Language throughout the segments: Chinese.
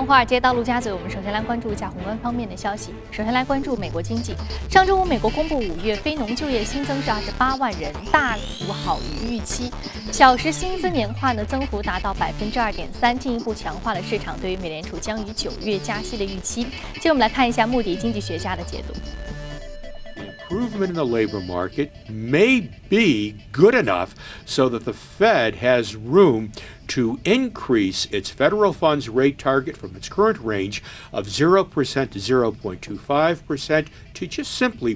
从华尔街到陆家嘴，我们首先来关注一下宏观方面的消息。首先来关注美国经济。上周五，美国公布5月非农就业新增是28万人，大幅好于预期。小时薪资年化增幅达到2.3%，进一步强化了市场对于美联储将于9月加息的预期。接着我们来看一下穆迪经济学家的解读。 Improvement in the labor market may be good enough so that the Fed has room to increase its federal funds rate target from its current range of 0% to 0.25% to just simply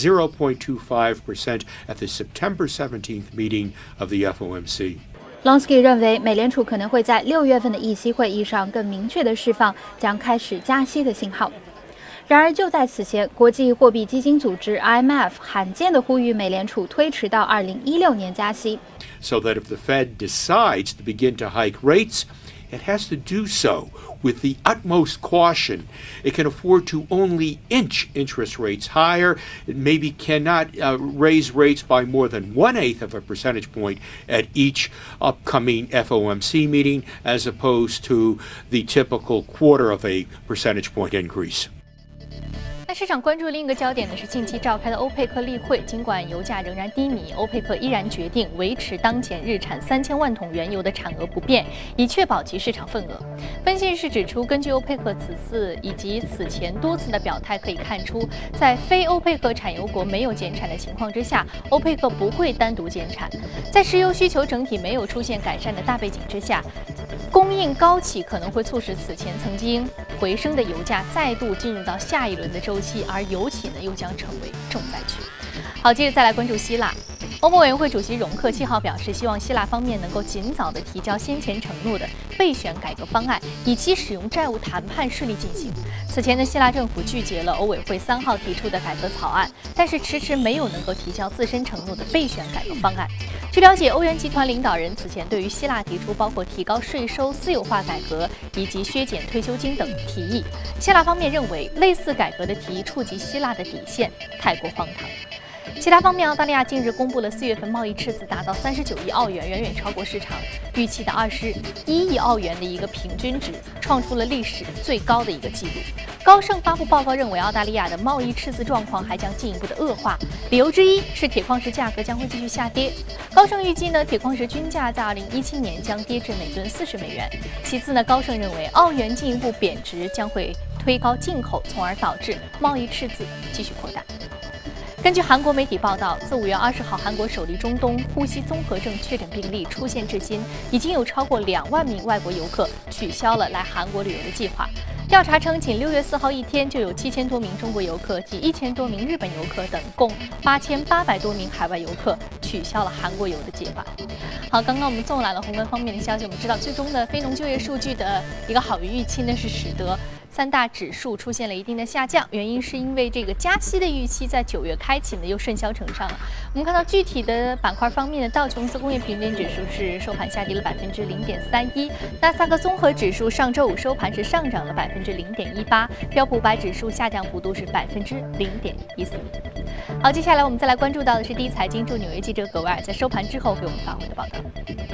0.25% at the September 17th meeting of the FOMC. Lonsky 认为，美联储可能会在6月份的议息会议上更明确地释放将开始加息的信号。然而，就在此前，国际货币基金组织 IMF 罕见地呼吁美联储推迟到2016年加息。 So that if the Fed decides to begin to hike rates, it has to do so with the utmost caution. It can afford to only inch interest rates higher. It maybe cannot raise rates by more than 1/8 of a percentage point at each upcoming FOMC meeting, as opposed to the typical 1/4 of a percentage point increase. 那市场关注的另一个焦点是近期召开的欧佩克例会。尽管油价仍然低迷，欧佩克依然决定维持当前日产3000万桶原油的产额不变，以确保其市场份额。分析师指出，根据欧佩克此次以及此前多次的表态，可以看出，在非欧佩克产油国没有减产的情况之下，欧佩克不会单独减产。在石油需求整体没有出现改善的大背景之下，供应高企可能会促使此前曾经回升的油价再度进入到下一轮的周期，而油企又将成为重灾区。好，接着再来关注希腊。欧盟委员会主席容克7号表示，希望希腊方面能够尽早地提交先前承诺的备选改革方案，以期使用债务谈判顺利进行。此前的希腊政府拒绝了欧委会3号提出的改革草案，但是迟迟没有能够提交自身承诺的备选改革方案。据了解，欧元集团领导人此前对于希腊提出包括提高税收、私有化改革以及削减退休金等提议。希腊方面认为，类似改革的提议触及希腊的底线，太过荒唐。其他方面，澳大利亚近日公布了4月份贸易赤字达到39亿澳元，远远超过市场预期的21亿澳元的一个平均值，创出了历史最高的一个纪录。高盛发布报告认为，澳大利亚的贸易赤字状况还将进一步的恶化，理由之一是铁矿石价格将会继续下跌。高盛预计铁矿石均价在2017年将跌至每吨40美元。其次高盛认为澳元进一步贬值将会推高进口，从而导致贸易赤字继续扩大。根据韩国媒体报道，自5月20号韩国首例中东呼吸综合症确诊病例出现至今，已经有超过2万名外国游客取消了来韩国旅游的计划。调查称，仅6月4号一天就有7000多名中国游客及1000多名日本游客等，共8800多名海外游客取消了韩国游的计划。好，刚刚我们纵览了宏观方面的消息，我们知道最终的非农就业数据的一个好于预期是使得3大指数出现了一定的下降，原因是因为这个加息的预期在9月开启又甚嚣尘上了。我们看到具体的板块方面道琼斯工业平均指数是收盘下跌了0.31%，纳斯达克综合指数上周五收盘是上涨了0.18%，标普500指数下降幅度是0.14%。好，接下来我们再来关注到的是第一财经驻纽约记者葛维尔在收盘之后给我们发回的报道。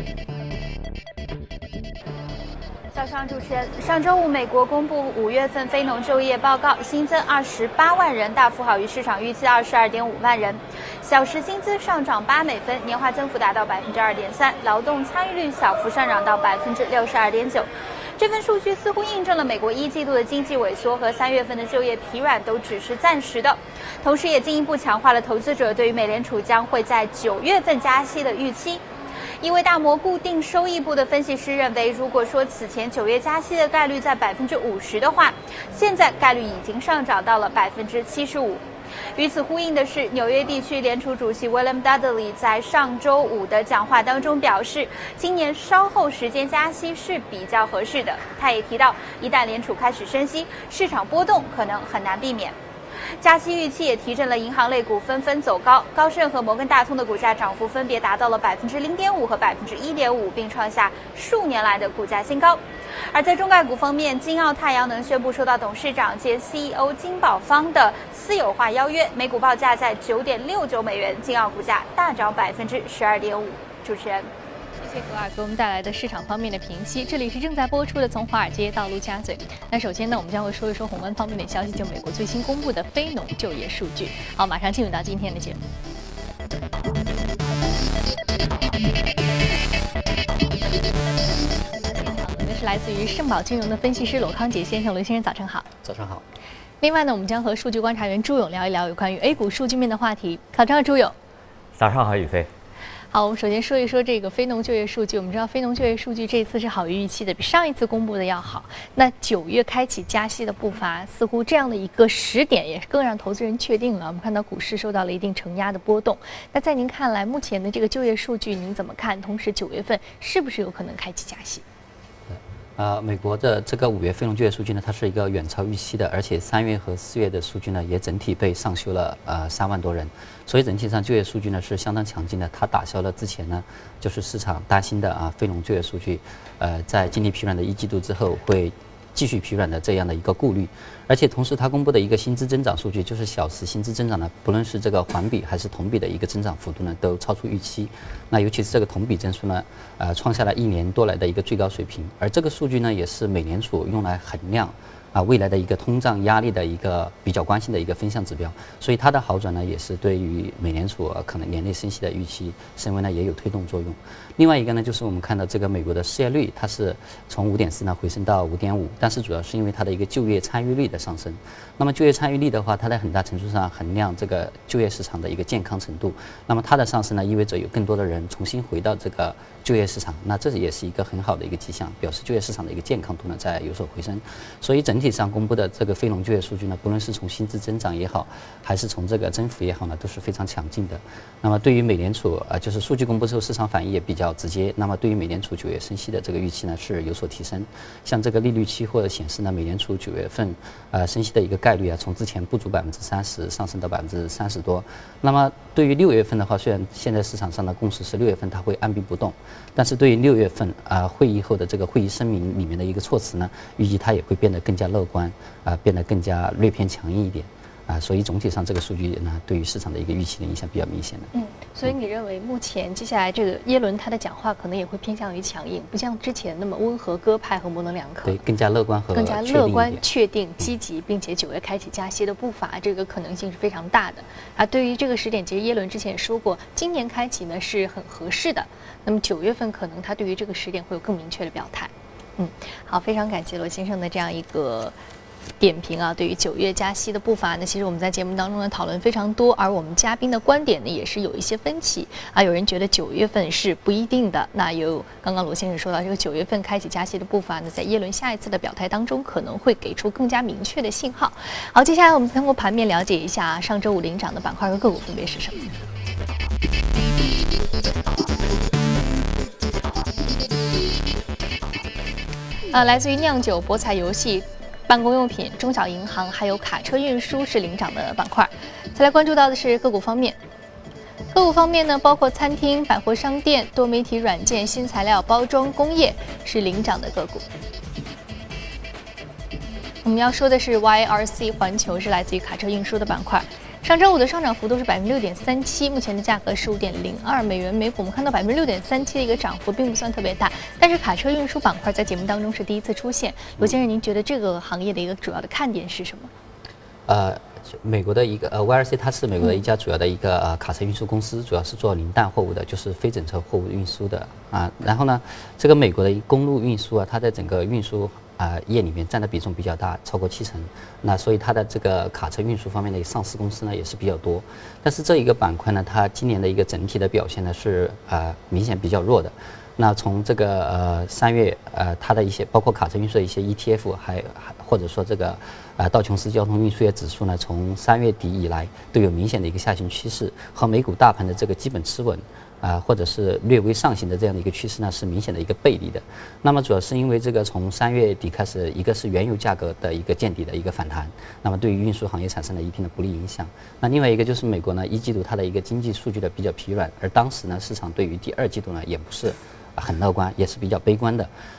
早上，主持人。上周五，美国公布5月份非农就业报告，新增28万人，大幅好于市场预期22.5万人。小时薪资上涨8美分，年化增幅达到2.3%，劳动参与率小幅上涨到62.9%。这份数据似乎印证了美国1季度的经济萎缩和3月份的就业疲软都只是暂时的，同时也进一步强化了投资者对于美联储将会在9月份加息的预期。一位大摩固定收益部的分析师认为，如果说此前9月加息的概率在50%的话，现在概率已经上涨到了75%。与此呼应的是，纽约地区联储主席 William Dudley 在上周五的讲话当中表示，今年稍后时间加息是比较合适的。他也提到，一旦联储开始升息，市场波动可能很难避免。加息预期也提振了银行类股纷纷走高，高盛和摩根大通的股价涨幅分别达到了0.5%和1.5%，并创下数年来的股价新高。而在中概股方面，金澳太阳能宣布收到董事长兼 CEO 金宝方的私有化邀约，每股报价在9.69美元，金澳股价大涨12.5%。主持人。 谢格尔给我们带来的市场方面的评析。这里是正在播出的《从华尔街到陆家嘴》。那首先呢，我们将会说一说宏观方面的消息，就美国最新公布的非农就业数据。好，马上进入到今天的节目。讨论的是来自于盛宝金融的分析师罗康杰先生，罗先生早上好。 早上好。 另外呢，我们将和数据观察员朱勇聊一聊有关于 A 股数据面的话题。早上好，朱勇。 早上好，宇飞。 好，我们首先说一说这个非农就业数据。我们知道非农就业数据这一次是好于预期的，比上一次公布的要好。那9月开启加息的步伐，似乎这样的一个时点也更让投资人确定了。我们看到股市受到了一定承压的波动。那在您看来，目前的这个就业数据您怎么看？同时9月份是不是有可能开启加息？ 美国的这个5月非农就业数据呢，它是一个远超预期的，而且3月和4月的数据呢，也整体被上修了3万多人，所以整体上就业数据呢是相当强劲的，它打消了之前呢就是市场担心的非农就业数据，在经历疲软的1季度之后会继续疲软的这样的一个顾虑，而且同时它公布的一个薪资增长数据，就是小时薪资增长呢，不论是这个环比还是同比的一个增长幅度呢，都超出预期。那尤其是这个同比增速呢，创下了1年多来的一个最高水平。而这个数据呢，也是美联储用来衡量未来的一个通胀压力的一个比较关心的一个分项指标。所以它的好转呢，也是对于美联储可能年内升息的预期升温呢也有推动作用。另外一个呢，就是我们看到这个美国的失业率，它是从5.4呢回升到5.5，但是主要是因为它的一个就业参与率的上升。那么就业参与率的话，它在很大程度上衡量这个就业市场的一个健康程度。那么它的上升呢，意味着有更多的人重新回到这个就业市场，那这也是一个很好的一个迹象，表示就业市场的一个健康度呢在有所回升。所以整体上公布的这个非农就业数据呢，不论是从薪资增长也好，还是从这个增幅也好呢，都是非常强劲的。那么对于美联储就是数据公布之后，市场反应也比较直接。那么对于美联储9月升息的这个预期呢，是有所提升。像这个利率期货的显示呢，美联储9月份升息的一个概率从之前不足30%上升到30%多。那么对于6月份的话，虽然现在市场上的共识是6月份它会按兵不动，但是对于6月份会议后的这个会议声明里面的一个措辞呢，预计它也会变得更加乐观，变得更加略偏强硬一点。所以总体上这个数据呢，对于市场的一个预期的影响比较明显的。 所以你认为目前接下来这个耶伦他的讲话可能也会偏向于强硬，不像之前那么温和鸽派和模棱两可。 对，更加乐观和确定、积极，并且9月开启加息的步伐，这个可能性是非常大的。对于这个时点，其实耶伦之前也说过，今年开启呢是很合适的。那么9月份可能他对于这个时点会有更明确的表态。好，非常感谢罗先生的这样一个点评对于9月加息的步伐呢，其实我们在节目当中的讨论非常多，而我们嘉宾的观点呢也是有一些分歧有人觉得9月份是不一定的，那有刚刚罗先生说到这个9月份开启加息的步伐呢，在耶伦下一次的表态当中可能会给出更加明确的信号。好，接下来我们通过盘面了解一下上周五领涨的板块和个股分别是什么。来自于酿酒、博彩游戏、办公用品、中小银行还有卡车运输是领涨的板块。再来关注到的是个股方面，个股方面呢，包括餐厅、百货商店、多媒体软件、新材料、包装工业是领涨的个股。我们要说的是 YRC 环球是来自于卡车运输的板块。上周五的上涨幅度是6.37%，目前的价格是5.02美元每股。我们看到6.37%的一个涨幅并不算特别大，但是卡车运输板块在节目当中是第一次出现。罗先生，您觉得这个行业的一个主要的看点是什么？ 美国的一个YRC， 它是美国的一家主要的一个卡车运输公司，主要是做零蛋货物的，就是非整车货物运输的然后呢，这个美国的公路运输它在整个运输业里面占的比重比较大，超过70%。那所以它的这个卡车运输方面的上市公司呢也是比较多。但是这一个板块呢，它今年的一个整体的表现呢是明显比较弱的。那从这个3月它的一些包括卡车运输的一些 ETF， 或者说这个道琼斯交通运输业指数呢，从3月底以来都有明显的一个下行趋势，和美股大盘的这个基本持稳或者是略微上行的这样的一个趋势呢，是明显的一个背离的。那么主要是因为这个从3月底开始，一个是原油价格的一个见底的一个反弹，那么对于运输行业产生了一定的不利影响。那另外一个就是美国呢1季度它的一个经济数据的比较疲软，而当时呢市场对于第2季度呢也不是很乐观，也是比较悲观的。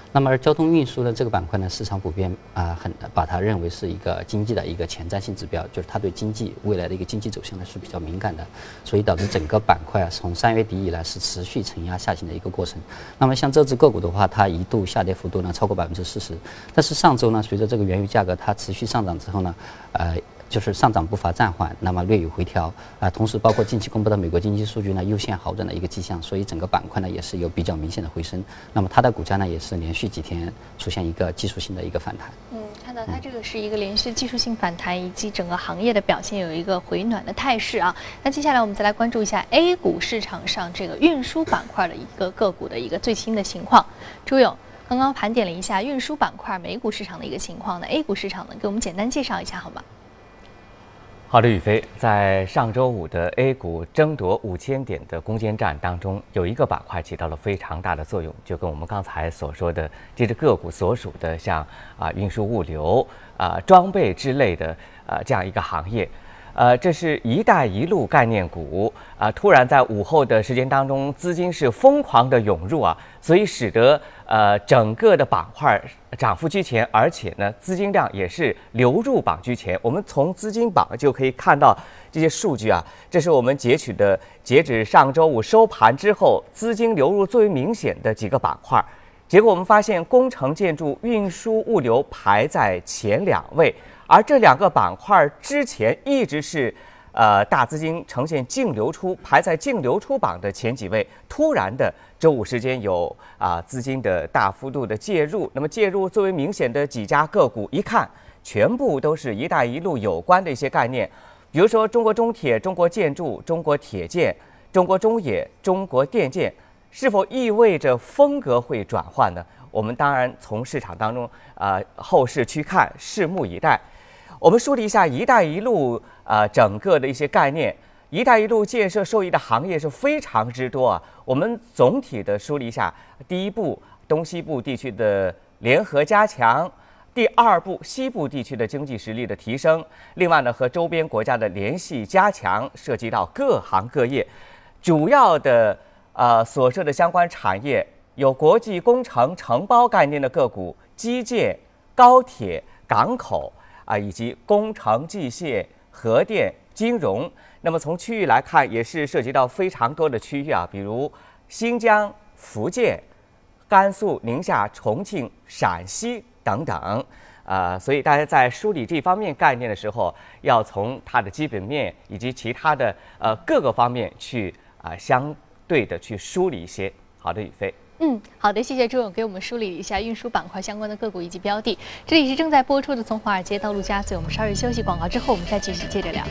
那么而交通运输的这个板块呢，市场普遍把它认为是一个经济的一个前瞻性指标，就是它对经济未来的一个经济走向呢是比较敏感的，所以导致整个板块从3月底以来是持续承压下行的一个过程。那么像这只个股的话，它一度下跌幅度呢超过40%，但是上周呢，随着这个原油价格它持续上涨之后呢，就是上涨步伐暂缓，那么略有回调同时包括近期公布的美国经济数据呢又现好转的一个迹象，所以整个板块呢也是有比较明显的回升。那么它的股价呢也是连续几天出现一个技术性的一个反弹。 看到它这个是一个连续技术性反弹，以及整个行业的表现有一个回暖的态势啊。那接下来我们再来关注一下 A 股市场上这个运输板块的一个个股的一个最新的情况。朱勇刚刚盘点了一下运输板块美股市场的一个情况呢 ，A 股市场呢给我们简单介绍一下好吗？ 好的，宇飞，在上周五的 A 股争夺5000点的攻坚战当中，有一个板块起到了非常大的作用，就跟我们刚才所说的这只个股所属的像运输物流装备之类的这样一个行业。这是一带一路概念股突然在午后的时间当中，资金是疯狂的涌入所以使得整个的板块涨幅居前，而且呢资金量也是流入榜居前。我们从资金榜就可以看到这些数据这是我们截取的截止上周五收盘之后资金流入最为明显的几个板块。结果我们发现工程建筑、运输物流排在前2位。而这2个板块之前一直是大资金呈现净流出，排在净流出榜的前几位。突然的周五时间有资金的大幅度的介入，那么介入最为明显的几家个股，一看全部都是一带一路有关的一些概念，比如说中国中铁、中国建筑、中国铁建、中国中冶、中国电建，是否意味着风格会转换呢？我们当然从市场当中后市去看，拭目以待。我们梳理一下“一带一路”整个的一些概念。“一带一路”建设受益的行业是非常之多我们总体的梳理一下：第一步，东西部地区的联合加强；第二步，西部地区的经济实力的提升；另外呢，和周边国家的联系加强，涉及到各行各业。主要的所涉的相关产业有国际工程承包概念的个股、基建、高铁、港口。以及工程机械、核电、金融。那么从区域来看，也是涉及到非常多的区域比如新疆、福建、甘肃、宁夏、重庆、陕西等等。所以大家在梳理这方面概念的时候，要从它的基本面以及其他的各个方面去相对的去梳理一些。好的，宇飞。 好的，谢谢朱勇给我们梳理了一下运输板块相关的个股以及标的。这里是正在播出的《从华尔街到陆家嘴》，我们稍事休息，广告之后我们再继续接着聊。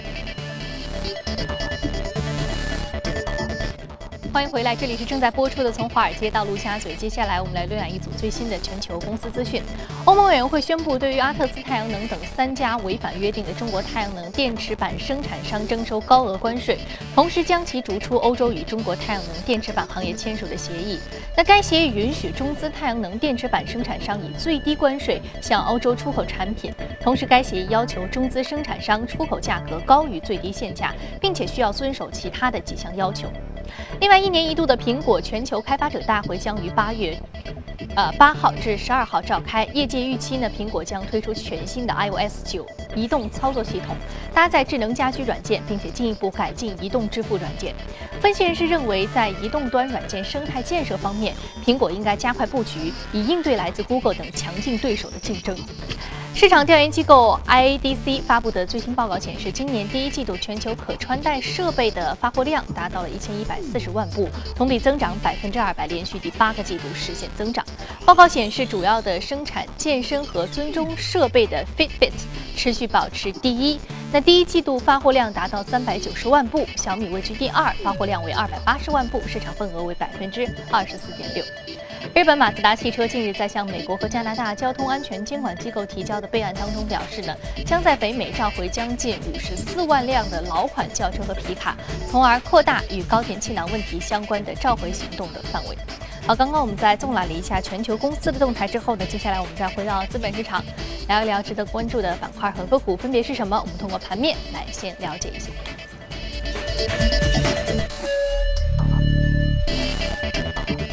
欢迎回来，这里是正在播出的《从华尔街到陆家嘴》。接下来我们来浏览一组最新的全球公司资讯。欧盟委员会宣布，对于阿特兹太阳能等3家违反约定的中国太阳能电池板生产商征收高额关税，同时将其逐出欧洲与中国太阳能电池板行业签署的协议。那该协议允许中资太阳能电池板生产商以最低关税向欧洲出口产品，同时该协议要求中资生产商出口价格高于最低限价，并且需要遵守其他的几项要求。另外，1年1度的苹果全球开发者大会将于8号至12号召开。业界预期呢，苹果将推出全新的 iOS 9移动操作系统，搭载智能家居软件，并且进一步改进移动支付软件。分析人士认为，在移动端软件生态建设方面，苹果应该加快布局，以应对来自 Google 等强劲对手的竞争。市场调研机构 IADC 发布的最新报告显示，今年第1季度全球可穿戴设备的发货量达到了1140万部，同比增长200%，连续第8个季度实现增长。报告显示，主要的生产健身和尊重设备的 Fitbit 持续保持第1。那第1季度发货量达到390万部，小米位居第2，发货量为280万部，市场份额为24.6%。日本马自达汽车近日在向美国和加拿大交通安全监管机构提交的备案当中表示呢，将在北美召回将近54万辆的老款轿车和皮卡，从而扩大与高电气囊问题相关的召回行动的范围。好，刚刚我们在纵览了一下全球公司的动态之后呢，接下来我们再回到资本市场，聊一聊值得关注的板块和个股分别是什么。我们通过盘面来先了解一下。首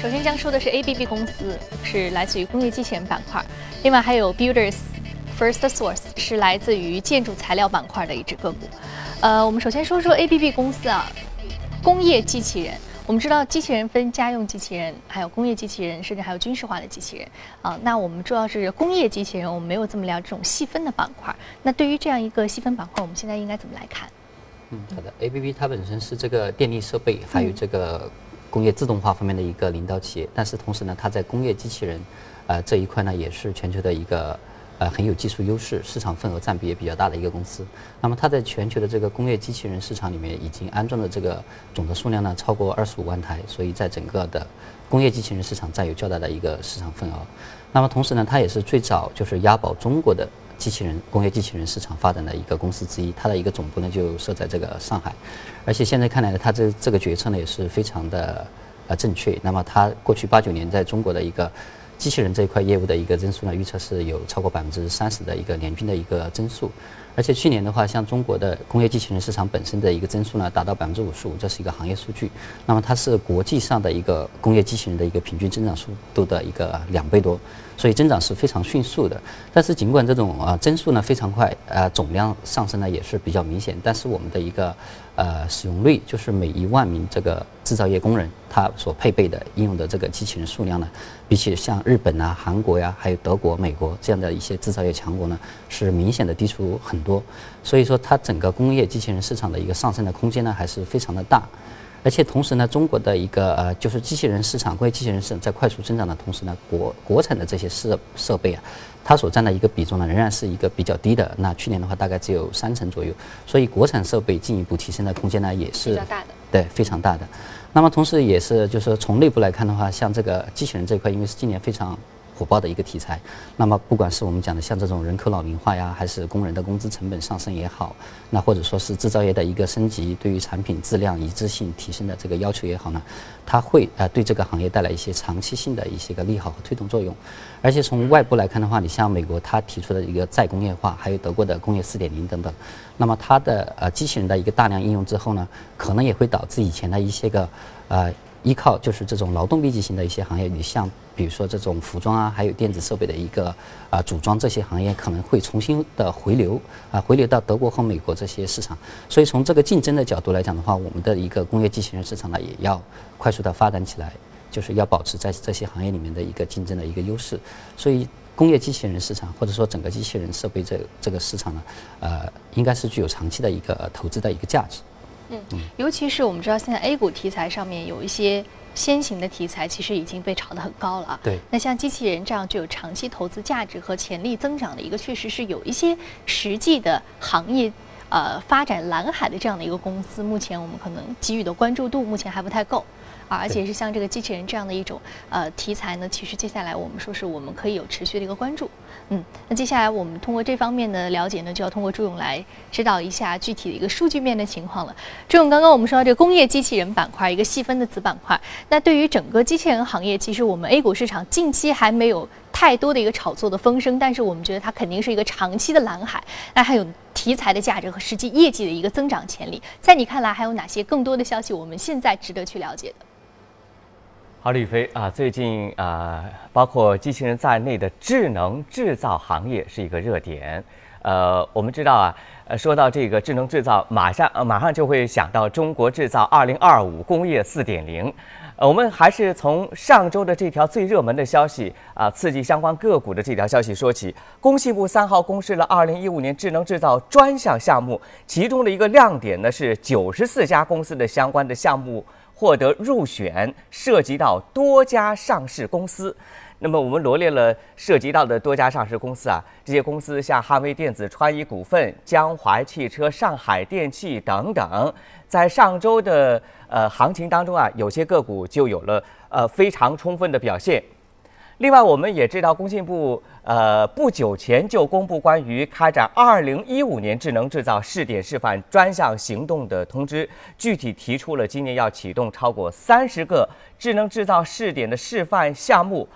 首先将说的是 ABB 公司，是来自于工业机器人板块，另外还有 Builders First Source 是来自于建筑材料板块的一只个股。我们首先说说 ABB 公司啊，工业机器人。我们知道机器人分家用机器人，还有工业机器人，甚至还有军事化的机器人啊。那我们主要是工业机器人，我们没有这么聊这种细分的板块。那对于这样一个细分板块，我们现在应该怎么来看？ 好的 ，ABB 它本身是这个电力设备还有这个工业自动化方面的一个领导企业，但是同时呢，它在工业机器人这一块呢，也是全球的一个很有技术优势，市场份额占比也比较大的一个公司。那么它在全球的这个工业机器人市场里面，已经安装的这个总的数量呢超过25万台，所以在整个的工业机器人市场占有较大的一个市场份额。那么同时呢，它也是最早就是押宝中国的工业机器人市场发展的一个公司之一，它的一个总部呢就设在这个上海，而且现在看来呢，它这个决策呢也是非常的正确。那么它过去8、9年在中国的一个机器人这一块业务的一个增速呢，预测是有超过30%的一个年均的一个增速，而且去年的话，像中国的工业机器人市场本身的一个增速呢，达到55%，这是一个行业数据。那么它是国际上的一个工业机器人的一个平均增长速度的一个2倍多，所以增长是非常迅速的。但是尽管这种增速呢非常快，总量上升呢也是比较明显，但是我们的一个使用率，就是每1万名这个制造业工人，他所配备的应用的这个机器人数量呢，比起像日本啊、韩国呀、还有德国、美国这样的一些制造业强国呢，是明显的低出很多。所以说，它整个工业机器人市场的一个上升的空间呢，还是非常的大。而且同时呢，中国的一个就是机器人市场、工业机器人市场在快速增长的同时呢，国产的这些设备啊，它所占的一个比重呢，仍然是一个比较低的。那去年的话，大概只有30%左右。所以国产设备进一步提升的空间呢，也是比较大的， 对，非常大的。那么同时也是，就是从内部来看的话，像这个机器人这一块，因为是今年非常火爆的一个题材，那么不管是我们讲的像这种人口老龄化呀，还是工人的工资成本上升也好，那或者说是制造业的一个升级，对于产品质量一致性提升的这个要求也好呢，它会对这个行业带来一些长期性的一些个利好和推动作用。而且从外部来看的话，你像美国它提出的一个再工业化，还有德国的工业4.0等等，那么它的机器人的一个大量应用之后呢，可能也会导致以前的一些个依靠就是这种劳动密集型的一些行业，你像比如说这种服装啊，还有电子设备的一个组装这些行业，可能会重新的回流到德国和美国这些市场。所以从这个竞争的角度来讲的话，我们的一个工业机器人市场呢，也要快速的发展起来，就是要保持在这些行业里面的一个竞争的一个优势。所以工业机器人市场或者说整个机器人设备这个市场呢，应该是具有长期的一个投资的一个价值。 尤其是我们知道现在 A 股题材上面有一些先行的题材，其实已经被炒得很高了啊。 对。 那像机器人这样具有长期投资价值和潜力增长的一个，确实是有一些实际的行业发展蓝海的这样的一个公司，目前我们可能给予的关注度目前还不太够。而且是像这个机器人这样的一种题材呢，其实接下来我们说是我们可以有持续的一个关注。那接下来我们通过这方面的了解呢，就要通过朱勇来指导一下具体的一个数据面的情况了。朱勇，刚刚我们说到这个工业机器人板块一个细分的子板块，那对于整个机器人行业，其实我们 A 股市场近期还没有太多的一个炒作的风声，但是我们觉得它肯定是一个长期的蓝海，那还有题材的价值和实际业绩的一个增长潜力。在你看来，还有哪些更多的消息我们现在值得去了解的？ 好，李飞最近包括机器人在内的智能制造行业是一个热点。我们知道说到这个智能制造，马上就会想到中国制造2025工业4.0。我们还是从上周的这条最热门的消息刺激相关个股的这条消息说起。工信部3号公示了2015年智能制造专项项目，其中的一个亮点呢是94家公司的相关的项目获得入选，涉及到多家上市公司。那么我们罗列了涉及到的多家上市公司这些公司像汉威电子、川宜股份、江淮汽车、上海电气等等，在上周的行情当中有些个股就有了非常充分的表现。另外，我们也知道工信部不久前就公布关于开展2015年智能制造试点示范专项行动的通知，具体提出了今年要启动超过30个智能制造试点的示范项目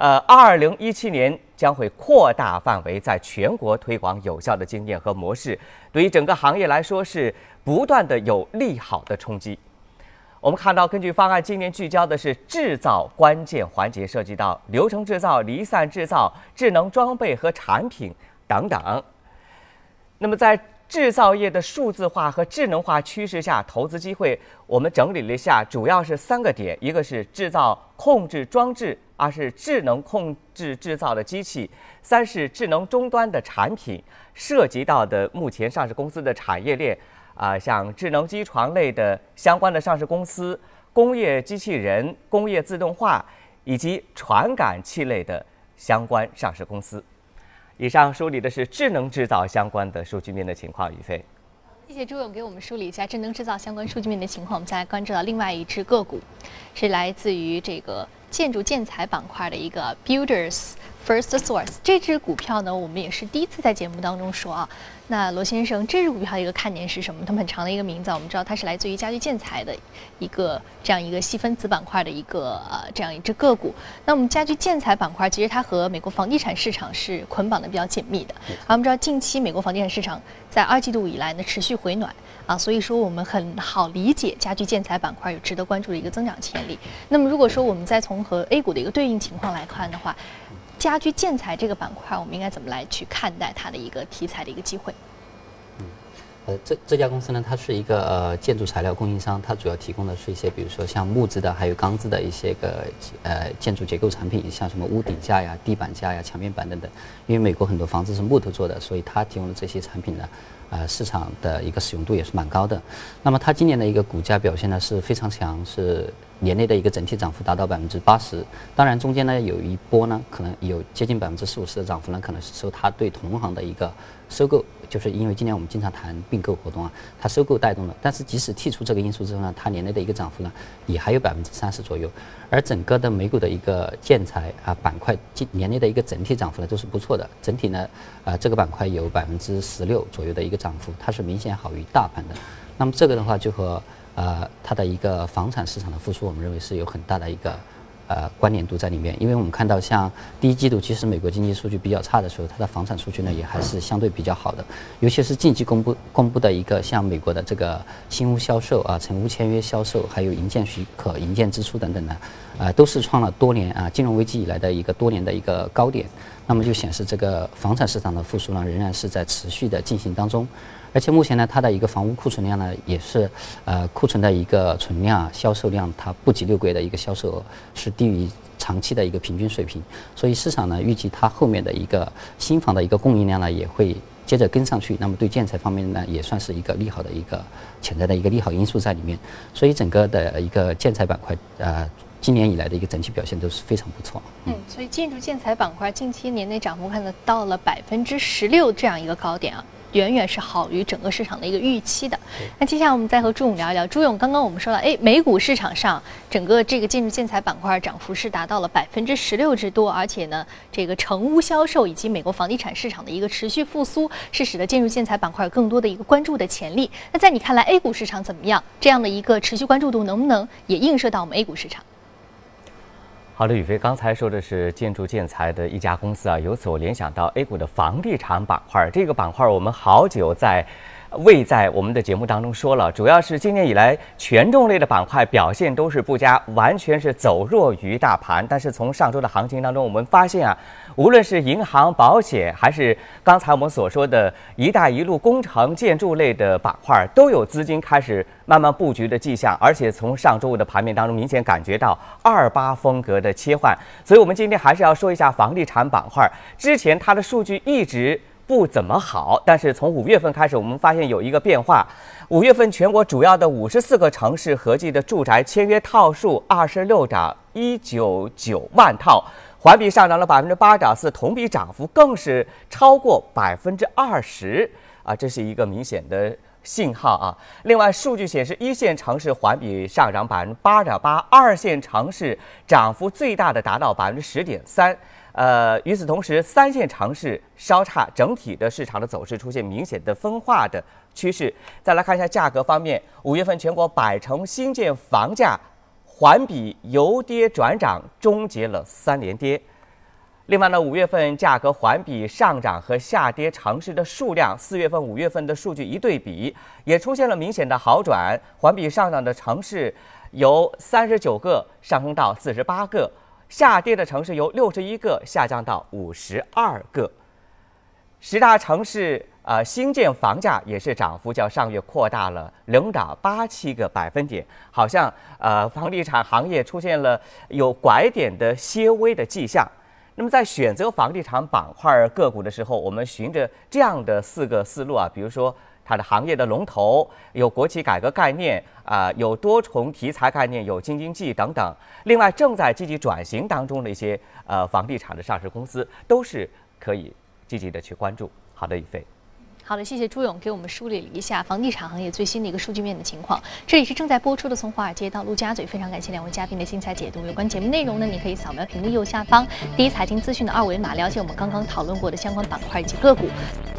，2017年将会扩大范围，在全国推广有效的经验和模式，对于整个行业来说是不断的有利好的冲击。 我们看到，根据方案，今年聚焦的是制造关键环节，涉及到流程制造、离散制造、智能装备和产品等等。那么在制造业的数字化和智能化趋势下，投资机会我们整理了一下，主要是3个点：一个是制造控制装置，2是智能控制制造的机器，3是智能终端的产品。涉及到的目前上市公司的产业链像智能机床类的相关的上市公司、工业机器人、工业自动化以及传感器类的相关上市公司。以上梳理的是智能制造相关的数据面的情况。宇飞， 谢谢朱勇给我们梳理一下智能制造相关数据面的情况。我们再来关注到另外一只个股，是来自于这个建筑建材板块的一个 Builders First Source。这只股票呢，我们也是第一次在节目当中说啊。那罗先生，这只股票的一个看点是什么？它们很长的一个名字，我们知道它是来自于家居建材的一个这样一个细分子板块的一个这样一只个股。那我们家居建材板块其实它和美国房地产市场是捆绑的比较紧密的。我们知道近期美国房地产市场在2季度以来呢持续回暖所以说我们很好理解家居建材板块有值得关注的一个增长潜力。那么如果说我们再从和 A 股的一个对应情况来看的话，家居建材这个板块，我们应该怎么来去看待它的一个题材的一个机会？ 这家公司呢，它是一个建筑材料供应商，它主要提供的是一些，比如说像木质的，还有钢制的一些建筑结构产品，像什么屋顶架呀、地板架呀、墙面板等等。因为美国很多房子是木头做的，所以它提供的这些产品呢，市场的一个使用度也是蛮高的。那么它今年的一个股价表现呢是非常强，是年内的一个整体涨幅达到80%。当然中间呢有一波呢，可能有接近40-50%的涨幅呢，可能是受它对同行的一个收购。就是因为今年我们经常谈并购活动它收购带动了，但是即使剔除这个因素之后呢，它年内的一个涨幅呢也还有30%左右，而整个的美股的一个建材板块年内的一个整体涨幅呢都是不错的，整体呢这个板块有16%左右的一个涨幅，它是明显好于大盘的。那么这个的话就和它的一个房产市场的复苏，我们认为是有很大的一个关联度在里面。因为我们看到像第一季度其实美国经济数据比较差的时候，它的房产数据呢也还是相对比较好的，尤其是近期公布的一个像美国的这个新屋销售成屋签约销售，还有营建许可、营建支出等等呢都是创了多年金融危机以来的一个多年的一个高点。那么就显示这个房产市场的复苏呢仍然是在持续的进行当中。而且目前呢，它的一个房屋库存量呢，也是库存的一个存量、销售量，它不及6个月的一个销售额是低于长期的一个平均水平。所以市场呢预计它后面的一个新房的一个供应量呢也会接着跟上去。那么对建材方面呢，也算是一个利好的一个潜在的一个利好因素在里面。所以整个的一个建材板块今年以来的一个整体表现都是非常不错。 所以建筑建材板块近期年内涨幅看得到了16%这样一个高点远远是好于整个市场的一个预期的。那接下来我们再和朱勇聊一聊。朱勇，刚刚我们说到，美股市场上整个这个建筑建材板块涨幅是达到了16%之多，而且呢，这个成屋销售以及美国房地产市场的一个持续复苏，是使得建筑建材板块有更多的一个关注的潜力。那在你看来 ，A 股市场怎么样？这样的一个持续关注度能不能也映射到我们 A 股市场？ 好的，宇飞刚才说的是建筑建材的一家公司由此我联想到 A 股的房地产板块。这个板块我们好久未在我们的节目当中说了，主要是今年以来权重类的板块表现都是不佳，完全是走弱于大盘。但是从上周的行情当中，我们发现无论是银行、保险，还是刚才我们所说的一带一路工程建筑类的板块，都有资金开始慢慢布局的迹象。而且从上周五的盘面当中明显感觉到28风格的切换。所以我们今天还是要说一下房地产板块。之前它的数据一直不怎么好，但是从5月份开始，我们发现有一个变化。5月份全国主要的54个城市合计的住宅签约套数26.199万套，环比上涨了8.4%，同比涨幅更是超过20%这是一个明显的信号另外，数据显示，1线城市环比上涨8.8%，2线城市涨幅最大的达到10.3%。与此同时，3线城市稍差，整体的市场的走势出现明显的分化的趋势。再来看一下价格方面，5月份全国百城新建房价环比由跌转涨，终结了3连跌。另外呢，5月份价格环比上涨和下跌城市的数量，4月份、5月份的数据一对比，也出现了明显的好转。环比上涨的城市由39个上升到48个，下跌的城市由61个下降到52个。10大城市新建房价也是涨幅较上月扩大了0.87个百分点，好像房地产行业出现了有拐点的些微的迹象。那么在选择房地产板块个股的时候，我们循着这样的4个思路比如说它的行业的龙头，有国企改革概念有多重题材概念，有京津冀等等。另外正在积极转型当中的一些房地产的上市公司，都是可以积极的去关注。好的，宇飞。 好的，谢谢朱勇给我们梳理了一下房地产行业最新的一个数据面的情况。这里是正在播出的《从华尔街到陆家嘴》，非常感谢2位嘉宾的精彩解读。有关节目内容呢，你可以扫描屏幕右下方第一财经资讯的2维码，了解我们刚刚讨论过的相关板块以及个股。